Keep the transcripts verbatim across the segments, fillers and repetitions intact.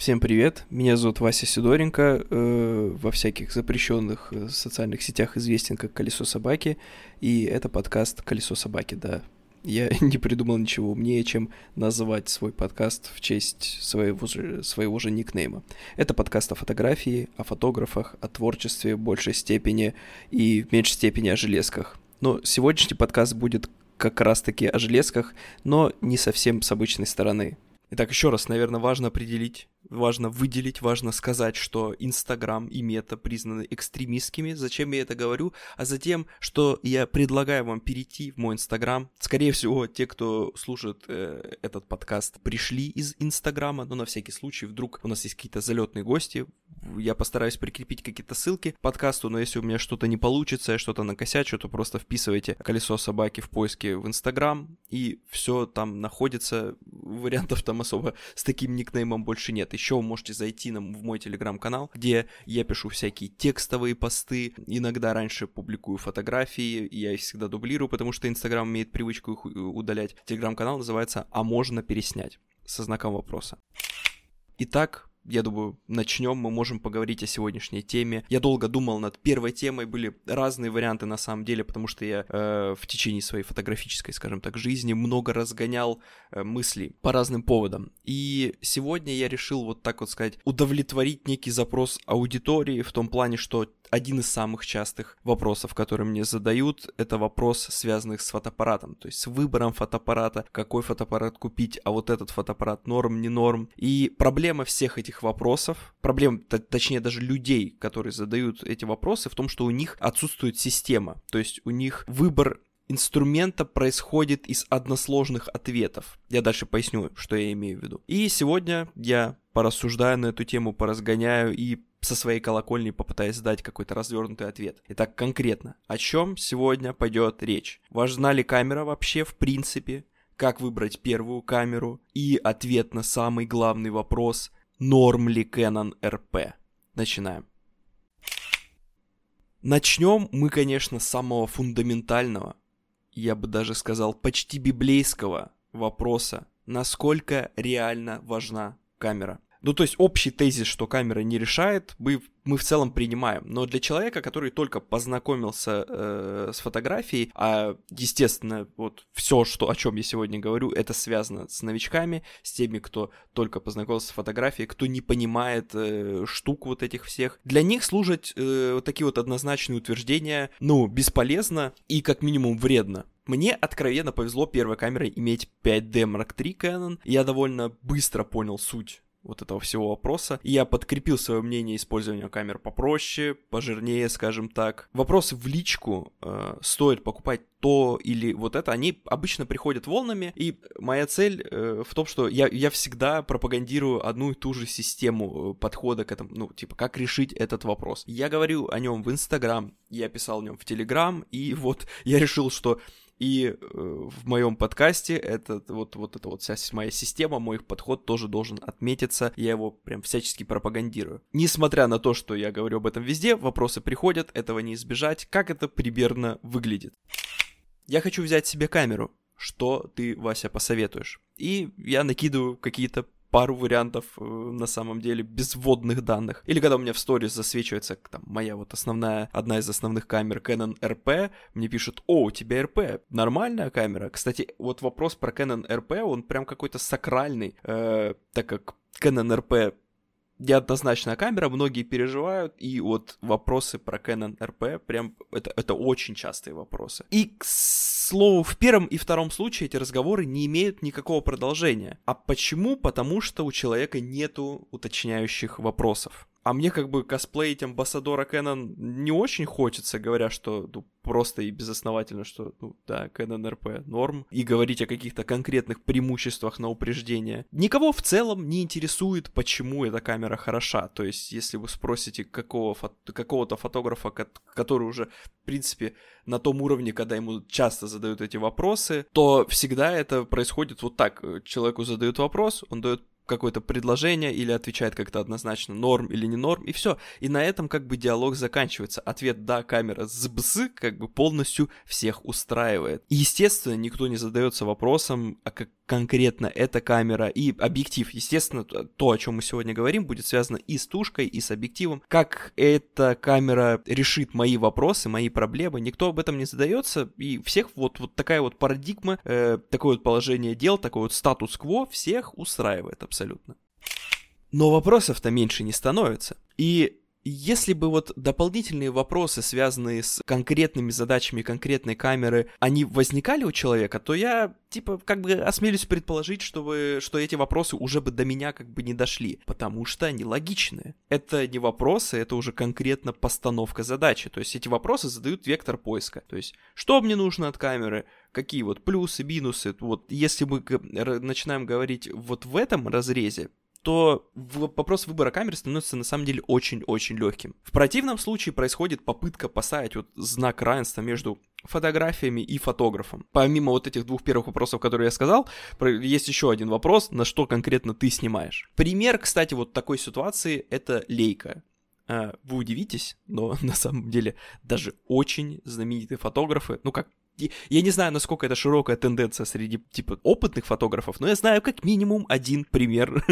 Всем привет, меня зовут Вася Сидоренко, э, во всяких запрещенных э, социальных сетях известен как «Колесо собаки», и это подкаст «Колесо собаки», да. Я не придумал ничего умнее, чем называть свой подкаст в честь своего же, своего же никнейма. Это подкаст о фотографии, о фотографах, о творчестве в большей степени и в меньшей степени о железках. Но сегодняшний подкаст будет как раз-таки о железках, но не совсем с обычной стороны. Итак, еще раз, наверное, важно определить, важно выделить, важно сказать, что Инстаграм и Мета признаны экстремистскими. Зачем я это говорю? А затем, что я предлагаю вам перейти в мой Инстаграм. Скорее всего, те, кто слушает э, этот подкаст, пришли из Инстаграма, но на всякий случай, вдруг у нас есть какие-то залетные гости, я постараюсь прикрепить какие-то ссылки к подкасту, но если у меня что-то не получится, я что-то накосячу, то просто вписывайте «Колесо собаки» в поиске в Инстаграм, и все там находится, вариантов там особо с таким никнеймом больше нет. Еще вы можете зайти на, в мой телеграм-канал, где я пишу всякие текстовые посты, иногда раньше публикую фотографии, я их всегда дублирую, потому что Инстаграм имеет привычку их удалять. Телеграм-канал называется «А можно переснять?» со знаком вопроса. Итак, я думаю, начнем, мы можем поговорить о сегодняшней теме. Я долго думал над первой темой, были разные варианты на самом деле, потому что я э, в течение своей фотографической, скажем так, жизни много разгонял э, мысли по разным поводам. И сегодня я решил вот так вот сказать, удовлетворить некий запрос аудитории в том плане, что один из самых частых вопросов, которые мне задают, это вопрос, связанный с фотоаппаратом, то есть с выбором фотоаппарата, какой фотоаппарат купить, а вот этот фотоаппарат норм, не норм. И проблема всех этих вопросов, проблем, т- точнее даже людей, которые задают эти вопросы, в том, что у них отсутствует система, то есть у них выбор инструмента происходит из односложных ответов. Я дальше поясню, что я имею в виду. И сегодня я порассуждаю на эту тему, поразгоняю и со своей колокольни попытаюсь дать какой-то развернутый ответ. Итак, конкретно, о чем сегодня пойдет речь? Важна ли камера вообще в принципе? Как выбрать первую камеру? И ответ на самый главный вопрос: норм ли Canon эр пи? Начинаем. Начнем мы, конечно, с самого фундаментального, я бы даже сказал, почти библейского вопроса: насколько реально важна камера? Ну, то есть общий тезис, что камера не решает, мы, мы в целом принимаем. Но для человека, который только познакомился э, с фотографией, а, естественно, вот все, что, о чем я сегодня говорю, это связано с новичками, с теми, кто только познакомился с фотографией, кто не понимает э, штук вот этих всех. Для них служат э, вот такие вот однозначные утверждения, ну, бесполезно и как минимум вредно. Мне откровенно повезло первой камерой иметь пять ди Марк три Canon. Я довольно быстро понял суть вот этого всего вопроса. И я подкрепил свое мнение использования камер попроще, пожирнее, скажем так. Вопросы в личку, э, стоит покупать то или вот это, они обычно приходят волнами, и моя цель э, в том, что я, я всегда пропагандирую одну и ту же систему подхода к этому, ну, типа, как решить этот вопрос. Я говорю о нем в Инстаграм, я писал о нем в Телеграм, и вот я решил, что и э, в моем подкасте это, вот, вот эта вот вся моя система, мой подход тоже должен отметиться, я его прям всячески пропагандирую. Несмотря на то, что я говорю об этом везде, вопросы приходят, этого не избежать. Как это примерно выглядит? Я хочу взять себе камеру. Что ты, Вася, посоветуешь? И я накидываю какие-то пару вариантов, э, на самом деле, без вводных данных. Или когда у меня в сторис засвечивается там моя вот основная, одна из основных камер Canon эр пи, мне пишут: «О, у тебя эр пи, нормальная камера». Кстати, вот вопрос про Canon эр пи, он прям какой-то сакральный, э, так как Canon эр пи неоднозначная камера, многие переживают, и вот вопросы про Canon эр пи прям, это, это очень частые вопросы. И, к слову, в первом и втором случае эти разговоры не имеют никакого продолжения. А почему? Потому что у человека нету уточняющих вопросов. А мне как бы косплеить амбассадора Canon не очень хочется, говоря, что ну, просто и безосновательно, что, ну да, Canon эр пи норм, и говорить о каких-то конкретных преимуществах на упреждение. Никого в целом не интересует, почему эта камера хороша. То есть, если вы спросите какого фото- какого-то фотографа, который уже, в принципе, на том уровне, когда ему часто задают эти вопросы, то всегда это происходит вот так. Человеку задают вопрос, он дает какое-то предложение или отвечает как-то однозначно норм или не норм, и все. И на этом как бы диалог заканчивается. Ответ «да, камера збз» как бы полностью всех устраивает. И, естественно, никто не задается вопросом, а как, конкретно эта камера и объектив. Естественно, то, о чем мы сегодня говорим, будет связано и с тушкой, и с объективом. Как эта камера решит мои вопросы, мои проблемы, никто об этом не задается, и всех вот, вот такая вот парадигма, э, такое вот положение дел, такой вот статус-кво всех устраивает абсолютно. Но вопросов-то меньше не становится. И если бы вот дополнительные вопросы, связанные с конкретными задачами конкретной камеры, они возникали у человека, то я, типа, как бы осмелюсь предположить, что, вы, что эти вопросы уже бы до меня как бы не дошли, потому что они логичные. Это не вопросы, это уже конкретно постановка задачи, то есть эти вопросы задают вектор поиска, то есть что мне нужно от камеры, какие вот плюсы, минусы, вот если мы начинаем говорить вот в этом разрезе, то вопрос выбора камеры становится на самом деле очень-очень легким. В противном случае происходит попытка поставить вот знак равенства между фотографиями и фотографом. Помимо вот этих двух первых вопросов, которые я сказал, есть еще один вопрос, на что конкретно ты снимаешь. Пример, кстати, вот такой ситуации — это Leica. Вы удивитесь, но на самом деле даже очень знаменитые фотографы, ну как, я не знаю, насколько это широкая тенденция среди, типа, опытных фотографов, но я знаю как минимум один пример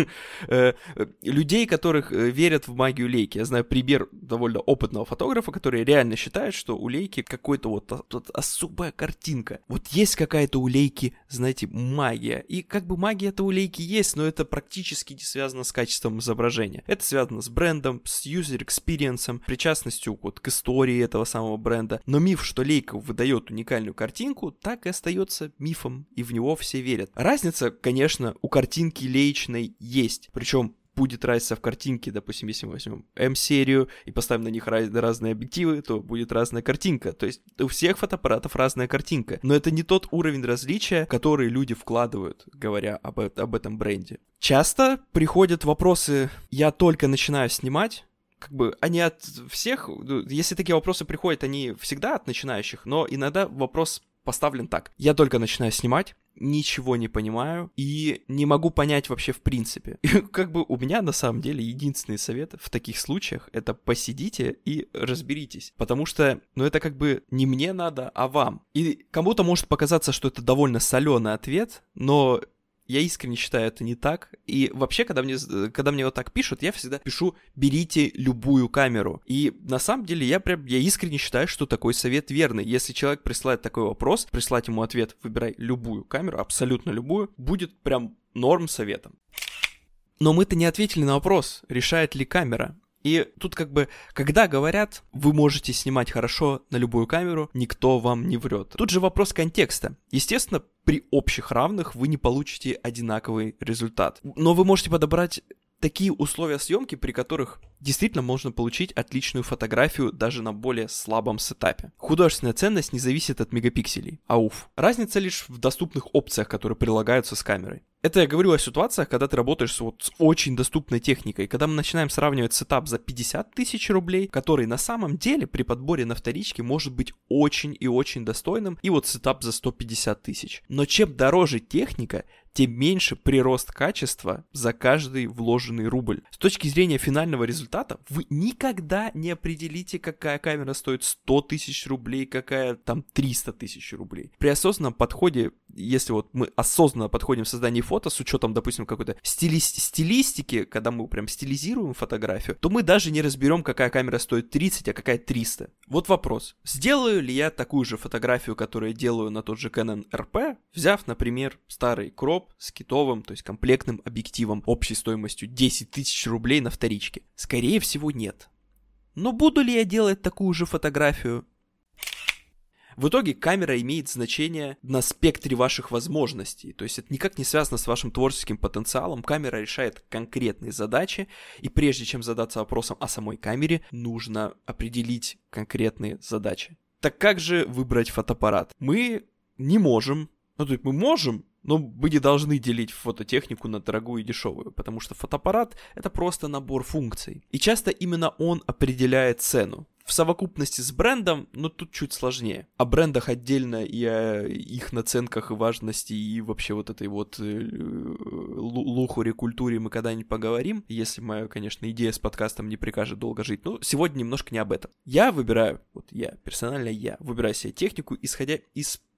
людей, которых верят в магию Leica. Я знаю пример довольно опытного фотографа, который реально считает, что у Leica какой-то вот, вот особая картинка. Вот есть какая-то у Leica, знаете, магия. И как бы магия-то у Leica есть, но это практически не связано с качеством изображения. Это связано с брендом, с user experience, причастностью вот к истории этого самого бренда. Но миф, что Leica выдает уникальную картинку, так и остается мифом, и в него все верят. Разница, конечно, у картинки леечной есть, причем будет разница в картинке, допустим, если мы возьмем М-серию и поставим на них разные объективы, то будет разная картинка. То есть у всех фотоаппаратов разная картинка. Но это не тот уровень различия, который люди вкладывают, говоря об, об этом бренде. Часто приходят вопросы: я только начинаю снимать, как бы они от всех, если такие вопросы приходят, они всегда от начинающих, но иногда вопрос поставлен так: я только начинаю снимать, ничего не понимаю и не могу понять вообще в принципе. И как бы у меня на самом деле единственный совет в таких случаях — это посидите и разберитесь, потому что, ну, это как бы не мне надо, а вам. И кому-то может показаться, что это довольно соленый ответ, но я искренне считаю, это не так. И вообще, когда мне, когда мне вот так пишут, я всегда пишу: берите любую камеру. И на самом деле я прям, я искренне считаю, что такой совет верный. Если человек присылает такой вопрос, прислать ему ответ: выбирай любую камеру, абсолютно любую, будет прям норм советом. Но мы-то не ответили на вопрос, решает ли камера. И тут как бы, когда говорят, вы можете снимать хорошо на любую камеру, никто вам не врет. Тут же вопрос контекста. Естественно, при общих равных вы не получите одинаковый результат. Но вы можете подобрать такие условия съемки, при которых действительно можно получить отличную фотографию даже на более слабом сетапе. Художественная ценность не зависит от мегапикселей. Ауф. Разница лишь в доступных опциях, которые прилагаются с камерой. Это я говорю о ситуациях, когда ты работаешь с, вот, с очень доступной техникой, когда мы начинаем сравнивать сетап за пятьдесят тысяч рублей, который на самом деле при подборе на вторичке может быть очень и очень достойным, и вот сетап за сто пятьдесят тысяч. Но чем дороже техника, тем меньше прирост качества за каждый вложенный рубль. С точки зрения финального результата, вы никогда не определите, какая камера стоит сто тысяч рублей, какая там триста тысяч рублей. При осознанном подходе, если вот мы осознанно подходим в создании фото с учетом, допустим, какой-то стили- стилистики, когда мы прям стилизируем фотографию, то мы даже не разберем, какая камера стоит тридцать, а какая триста. Вот вопрос: сделаю ли я такую же фотографию, которую делаю на тот же Canon эр пи, взяв, например, старый кроп с китовым, то есть комплектным объективом общей стоимостью десять тысяч рублей на вторичке? Скорее всего, нет. Но буду ли я делать такую же фотографию? В итоге камера имеет значение на спектре ваших возможностей, то есть это никак не связано с вашим творческим потенциалом. Камера решает конкретные задачи, и прежде чем задаться вопросом о самой камере, нужно определить конкретные задачи. Так как же выбрать фотоаппарат? Мы не можем, ну то есть мы можем, но мы не должны делить фототехнику на дорогую и дешевую, потому что фотоаппарат — это просто набор функций. И часто именно он определяет цену. В совокупности с брендом, но тут чуть сложнее. О брендах отдельно и о их наценках и важности, и вообще вот этой вот лухуре, культуре мы когда-нибудь поговорим, если моя, конечно, идея с подкастом не прикажет долго жить. Но сегодня немножко не об этом. Я выбираю, вот я, персонально я, выбираю себе технику, исходя из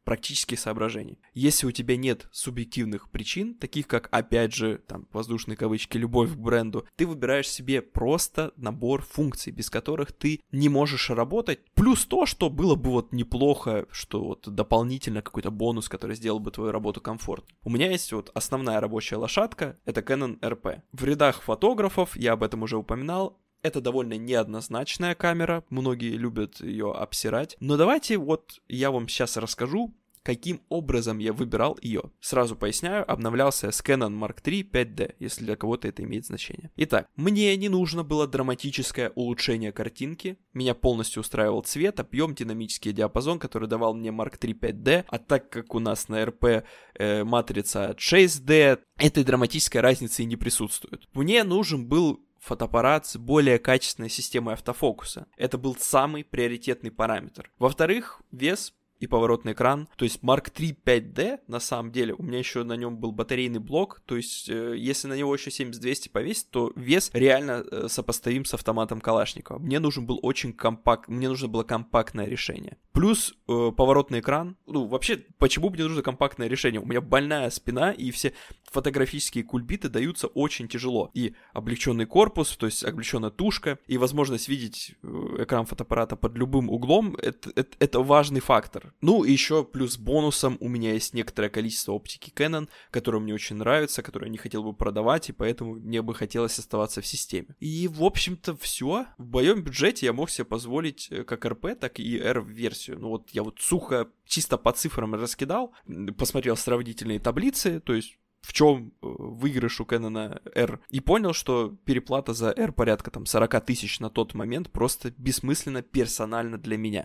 практических соображений. Если у тебя нет субъективных причин, таких как, опять же, там, воздушные кавычки, любовь к бренду, ты выбираешь себе просто набор функций, без которых ты не можешь работать. Плюс то, что было бы вот неплохо, что вот дополнительно какой-то бонус, который сделал бы твою работу комфортной. У меня есть вот основная рабочая лошадка, это Canon эр пи. В рядах фотографов, я об этом уже упоминал, это довольно неоднозначная камера, многие любят ее обсирать. Но давайте вот я вам сейчас расскажу, каким образом я выбирал ее. Сразу поясняю, обновлялся я с Canon Марк три пять дэ, если для кого-то это имеет значение. Итак, мне не нужно было драматическое улучшение картинки, меня полностью устраивал цвет, объем, динамический диапазон, который давал мне Марк три пять дэ, а так как у нас на эр пи э, матрица шесть дэ, этой драматической разницы и не присутствует. Мне нужен был фотоаппарат с более качественной системой автофокуса. Это был самый приоритетный параметр. Во-вторых, вес и поворотный экран. То есть Марк три пять дэ, на самом деле, у меня еще на нем был батарейный блок, то есть э, если на него еще семьдесят двести повесить, то вес реально э, сопоставим с автоматом Калашникова. Мне нужен был очень компакт, мне нужно было компактное решение. Плюс э, поворотный экран. Ну, вообще, почему мне нужно компактное решение? У меня больная спина, и все фотографические кульбиты даются очень тяжело. И облегченный корпус, то есть облегченная тушка, и возможность видеть экран фотоаппарата под любым углом, это, это, это важный фактор. Ну, и еще плюс бонусом у меня есть некоторое количество оптики Canon, которые мне очень нравятся, которые я не хотел бы продавать, и поэтому мне бы хотелось оставаться в системе. И, в общем-то, все. В моем бюджете я мог себе позволить как эр пи, так и R-версию. Ну, вот я вот сухо, чисто по цифрам раскидал, посмотрел сравнительные таблицы, то есть в чем выигрыш у Canon R, и понял, что переплата за R порядка там сорок тысяч на тот момент просто бессмысленно персонально для меня.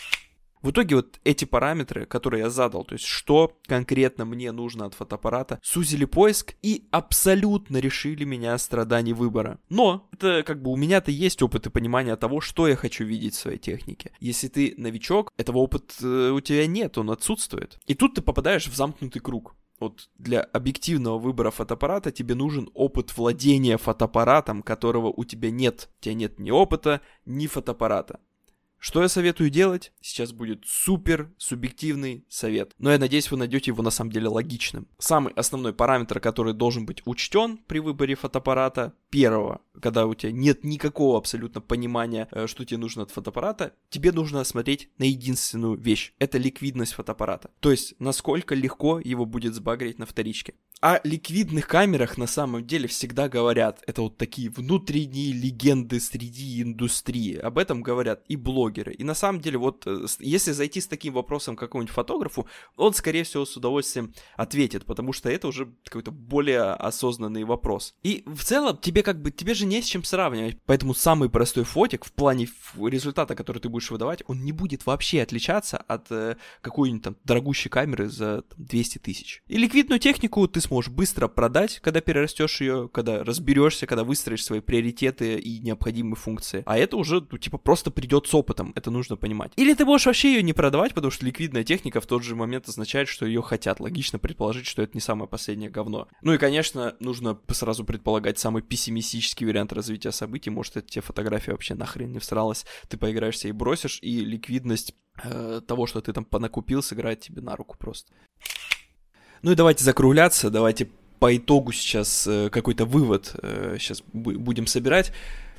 В итоге вот эти параметры, которые я задал, то есть что конкретно мне нужно от фотоаппарата, сузили поиск и абсолютно решили меня от страданий выбора. Но это как бы у меня-то есть опыт и понимание того, что я хочу видеть в своей технике. Если ты новичок, этого опыта у тебя нет, он отсутствует. И тут ты попадаешь в замкнутый круг. Вот для объективного выбора фотоаппарата тебе нужен опыт владения фотоаппаратом, которого у тебя нет. У тебя нет ни опыта, ни фотоаппарата. Что я советую делать? Сейчас будет супер субъективный совет, но я надеюсь, вы найдете его на самом деле логичным. Самый основной параметр, который должен быть учтен при выборе фотоаппарата, первого, когда у тебя нет никакого абсолютно понимания, что тебе нужно от фотоаппарата, тебе нужно смотреть на единственную вещь. Это ликвидность фотоаппарата. То есть, насколько легко его будет сбагрить на вторичке. О ликвидных камерах на самом деле всегда говорят. Это вот такие внутренние легенды среди индустрии. Об этом говорят и блогеры. И на самом деле вот если зайти с таким вопросом к какому-нибудь фотографу, он скорее всего с удовольствием ответит, потому что это уже какой-то более осознанный вопрос. И в целом тебе как бы, тебе же не с чем сравнивать. Поэтому самый простой фотик в плане результата, который ты будешь выдавать, он не будет вообще отличаться от э, какой-нибудь там дорогущей камеры за там, двести тысяч. И ликвидную технику ты сможешь быстро продать, когда перерастешь ее, когда разберешься, когда выстроишь свои приоритеты и необходимые функции. А это уже, ну, типа, просто придет с опытом, это нужно понимать. Или ты можешь вообще ее не продавать, потому что ликвидная техника в тот же момент означает, что ее хотят. Логично предположить, что это не самое последнее говно. Ну и, конечно, нужно сразу предполагать самый пессимистический вариант развития событий. Может, это тебе фотография вообще нахрен не всралась, ты поиграешься и бросишь, и ликвидность э, того, что ты там понакупил, сыграет тебе на руку просто. Ну и давайте закругляться, давайте по итогу сейчас э, какой-то вывод э, сейчас бу- будем собирать.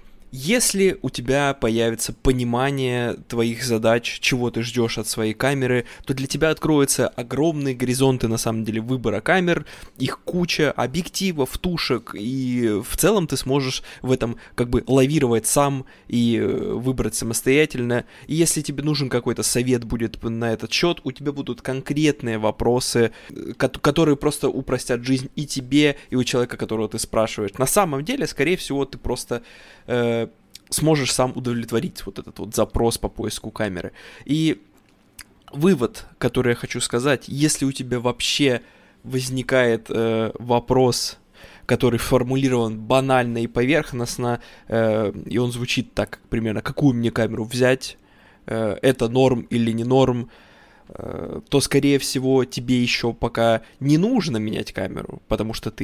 Если у тебя появится понимание твоих задач, чего ты ждешь от своей камеры, то для тебя откроются огромные горизонты, на самом деле, выбора камер, их куча, объективов, тушек, и в целом ты сможешь в этом как бы лавировать сам и выбрать самостоятельно. И если тебе нужен какой-то совет будет на этот счет, у тебя будут конкретные вопросы, которые просто упростят жизнь и тебе, и у человека, которого ты спрашиваешь. На самом деле, скорее всего, ты просто э, сможешь сам удовлетворить вот этот вот запрос по поиску камеры. И вывод, который я хочу сказать, если у тебя вообще возникает э, вопрос, который формулирован банально и поверхностно, э, и он звучит так, примерно, какую мне камеру взять, э, это норм или не норм, э, то, скорее всего, тебе еще пока не нужно менять камеру, потому что ты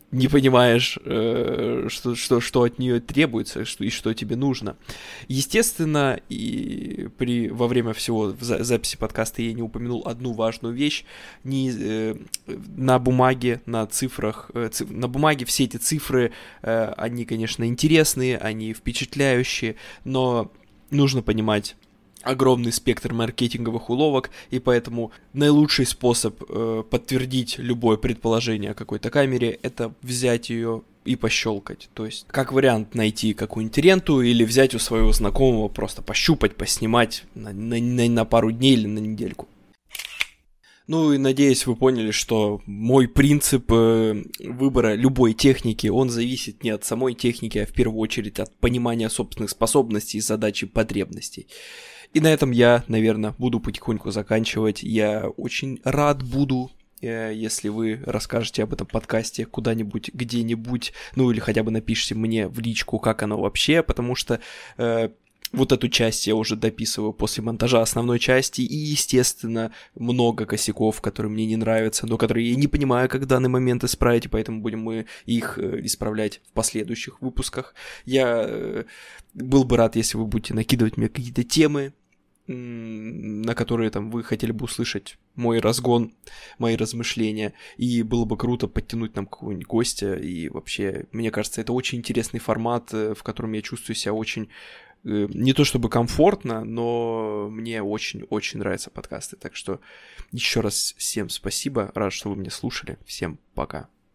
не понимаешь, э, что, что, что от нее требуется что, и что тебе нужно. Естественно, и при, во время всего за, записи подкаста я не упомянул одну важную вещь. Не, э, на бумаге, на цифрах, э, циф, на бумаге все эти цифры, э, они, конечно, интересные, они впечатляющие, но нужно понимать огромный спектр маркетинговых уловок, и поэтому наилучший способ э, подтвердить любое предположение о какой-то камере — это взять ее и пощелкать. То есть, как вариант, найти какую-нибудь ренту или взять у своего знакомого, просто пощупать, поснимать на, на, на, на пару дней или на недельку. Ну и надеюсь, вы поняли, что мой принцип э, выбора любой техники, он зависит не от самой техники, а в первую очередь от понимания собственных способностей, задач и потребностей. И на этом я, наверное, буду потихоньку заканчивать. Я очень рад буду, э, если вы расскажете об этом подкасте куда-нибудь, где-нибудь, ну или хотя бы напишите мне в личку, как оно вообще, потому что... Э, Вот эту часть я уже дописываю после монтажа основной части, и, естественно, много косяков, которые мне не нравятся, но которые я не понимаю, как в данный момент исправить, и поэтому будем мы их исправлять в последующих выпусках. Я был бы рад, если вы будете накидывать мне какие-то темы, на которые там вы хотели бы услышать мой разгон, мои размышления, и было бы круто подтянуть нам какого-нибудь гостя, и вообще, мне кажется, это очень интересный формат, в котором я чувствую себя очень... Не то чтобы комфортно, но мне очень-очень нравятся подкасты. Так что еще раз всем спасибо. Рад, что вы меня слушали. Всем пока.